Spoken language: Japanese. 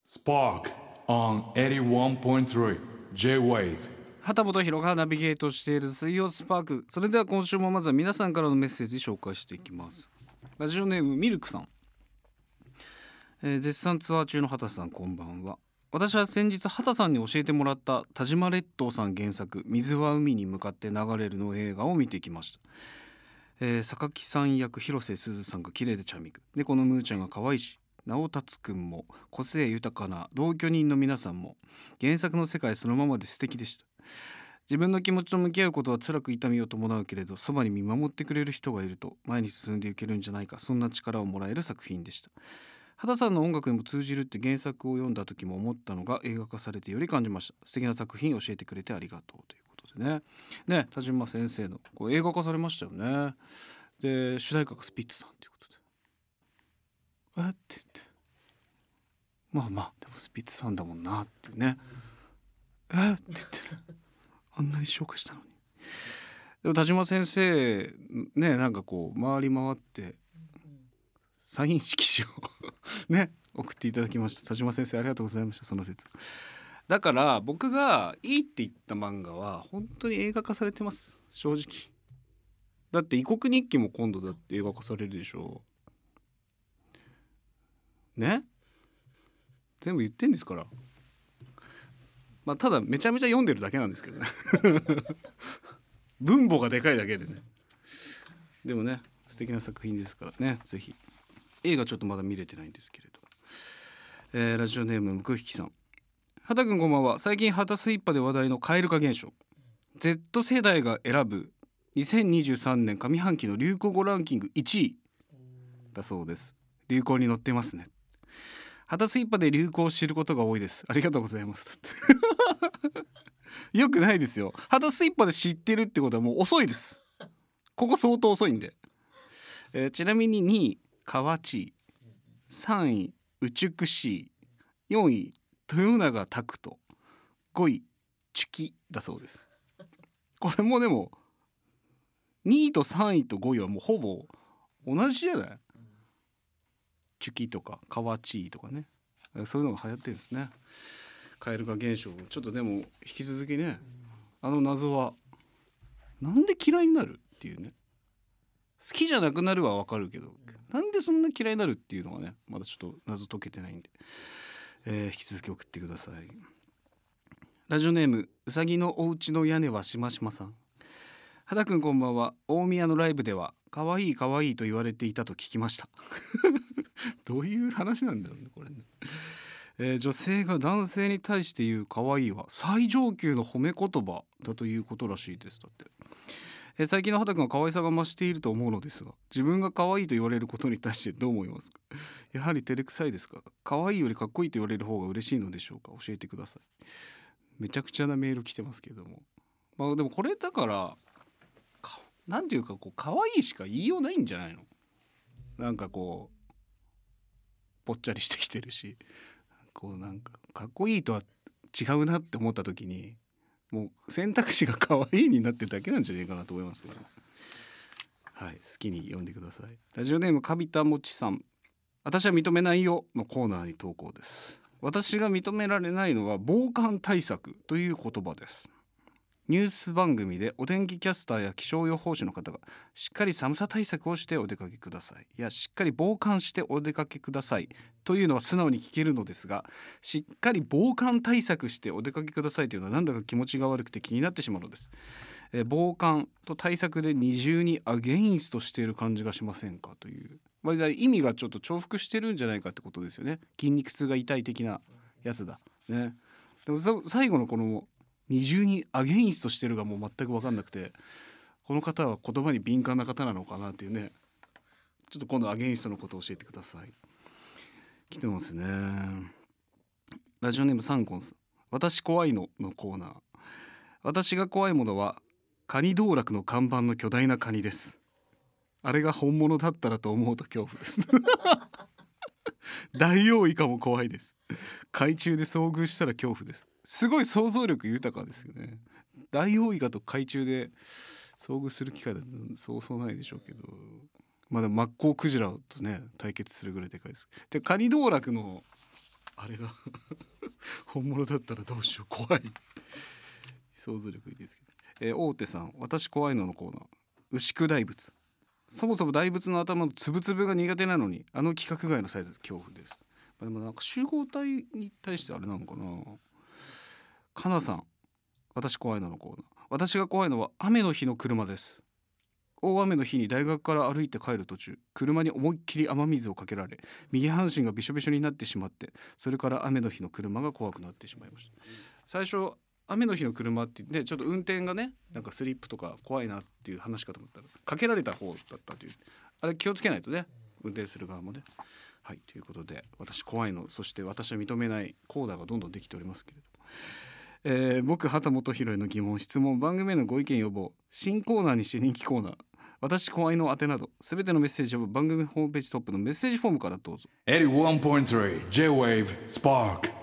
Spark on 81.3 J-Wave。 畑本博がナビゲートしている水曜スパーク。それでは今週もまずは皆さんからのメッセージ紹介していきます。ラジオネームミルクさん、絶賛ツアー中の畑さん、こんばんは。私は先日畑さんに教えてもらった田島列島さん原作水は海に向かって流れるの映画を見てきました。榊さん役広瀬すずさんが綺麗でチャーミング、猫のムーちゃんが可愛いし、直達くんも個性豊かな同居人の皆さんも原作の世界そのままで素敵でした。自分の気持ちと向き合うことは辛く痛みを伴うけれど、そばに見守ってくれる人がいると前に進んでいけるんじゃないか、そんな力をもらえる作品でした。畑さんの音楽にも通じるって原作を読んだ時も思ったのが映画化されてより感じました。素敵な作品教えてくれてありがとうということでね。田島先生のこう映画化されましたよね。で主題歌がスピッツさんということで、って言って、まあでもスピッツさんだもんなっていうね。って言ってあんなに紹介したのに。でも田島先生ね、なんかこう回り回ってサイン色紙をね送っていただきました。田島先生ありがとうございました。その説だから僕がいいって言った漫画は本当に映画化されてます、正直。だって異国日記も今度だって映画化されるでしょね。全部言ってんですから。ただめちゃめちゃ読んでるだけなんですけどね分母がでかいだけでね。でもね素敵な作品ですからね、ぜひ。映画ちょっとまだ見れてないんですけれど、ラジオネームむくひきさん、畑くんこんばんは。最近畑スイッパで話題の蛙化現象、 Z 世代が選ぶ2023年上半期の流行語ランキング1位だそうです。流行に乗ってますね。畑スイッパで流行を知ることが多いです。ありがとうございますよくないですよ。畑スイッパで知ってるってことはもう遅いです。ここ相当遅いんで、ちなみに2位河内、3位宇宙しい、4位豊永拓人、5位チュキだそうです。これもでも2位と3位と5位はもうほぼ同じじゃない。チュキとか河内とかね、そういうのが流行ってるんですね。蛙化現象、ちょっとでも引き続きね、あの謎はなんで嫌いになるっていうね。好きじゃなくなるはわかるけど、なんでそんな嫌いになるっていうのがね、まだちょっと謎解けてないんで、引き続き送ってください。ラジオネームうさぎのお家の屋根はしましまさん、畑くんこんばんは。大宮のライブでは可愛い可愛いと言われていたと聞きましたどういう話なんだろうねこれね。女性が男性に対して言う可愛いは最上級の褒め言葉だということらしいです。だって、最近の畑くんは可愛さが増していると思うのですが、自分が可愛いと言われることに対してどう思いますか。やはり照れくさいですか。可愛いよりかっこいいと言われる方が嬉しいのでしょうか。教えてください。めちゃくちゃなメール来てますけども、でもこれだからなんていうかこう可愛いしか言いようないんじゃないの。なんかこうぽっちゃりしてきてるし、こうなんかかっこいいとは違うなって思った時にもう選択肢が可愛いになってるだけなんじゃないかなと思いますけど、はい、好きに読んでください。ラジオネームかびたもちさん、私は認めないよのコーナーに投稿です。私が認められないのは防寒対策という言葉です。ニュース番組でお天気キャスターや気象予報士の方がしっかり寒さ対策をしてお出かけください、いやしっかり防寒してお出かけくださいというのは素直に聞けるのですが、しっかり防寒対策してお出かけくださいというのはなんだか気持ちが悪くて気になってしまうのです。防寒と対策で二重にアゲインストしている感じがしませんかという、意味がちょっと重複してるんじゃないかってことですよね。筋肉痛が痛い的なやつだね。でも最後のこの二重にアゲインストしてるがもう全く分かんなくて、この方は言葉に敏感な方なのかなっていうね。ちょっと今度アゲインストのことを教えてください。来てますね。ラジオネームサンコンス、私怖いののコーナー。私が怖いものはカニ道楽の看板の巨大なカニです。あれが本物だったらと思うと恐怖ですダイオウイカも怖いです。海中で遭遇したら恐怖です。すごい想像力豊かですよね。ダイオウイカと海中で遭遇する機会だとそうそうないでしょうけど、でもマッコウクジラとね対決するぐらいでかいです。でカニ道楽のあれが本物だったらどうしよう、怖い。想像力いいですけど、大手さん、私怖いののコーナー、牛久大仏。そもそも大仏の頭のつぶつぶが苦手なのにあの規格外のサイズ、恐怖です。でもなんか集合体に対してあれなのかな。かなさん、私怖いののコーナー、私が怖いのは雨の日の車です。大雨の日に大学から歩いて帰る途中、車に思いっきり雨水をかけられ、右半身がびしょびしょになってしまって、それから雨の日の車が怖くなってしまいました。最初雨の日の車ってね、ちょっと運転がね、なんかスリップとか怖いなっていう話かと思ったら、かけられた方だったという、あれ気をつけないとね、運転する側もね。はい、ということで、私怖いの、そして私は認めないコーナーがどんどんできておりますけれども、僕畑元博への疑問、質問、番組へのご意見要望、新コーナーにして人気コーナー、私怖いの宛てなど、すべてのメッセージを番組ホームページトップのメッセージフォームからどうぞ。 81.3 J-Wave Spark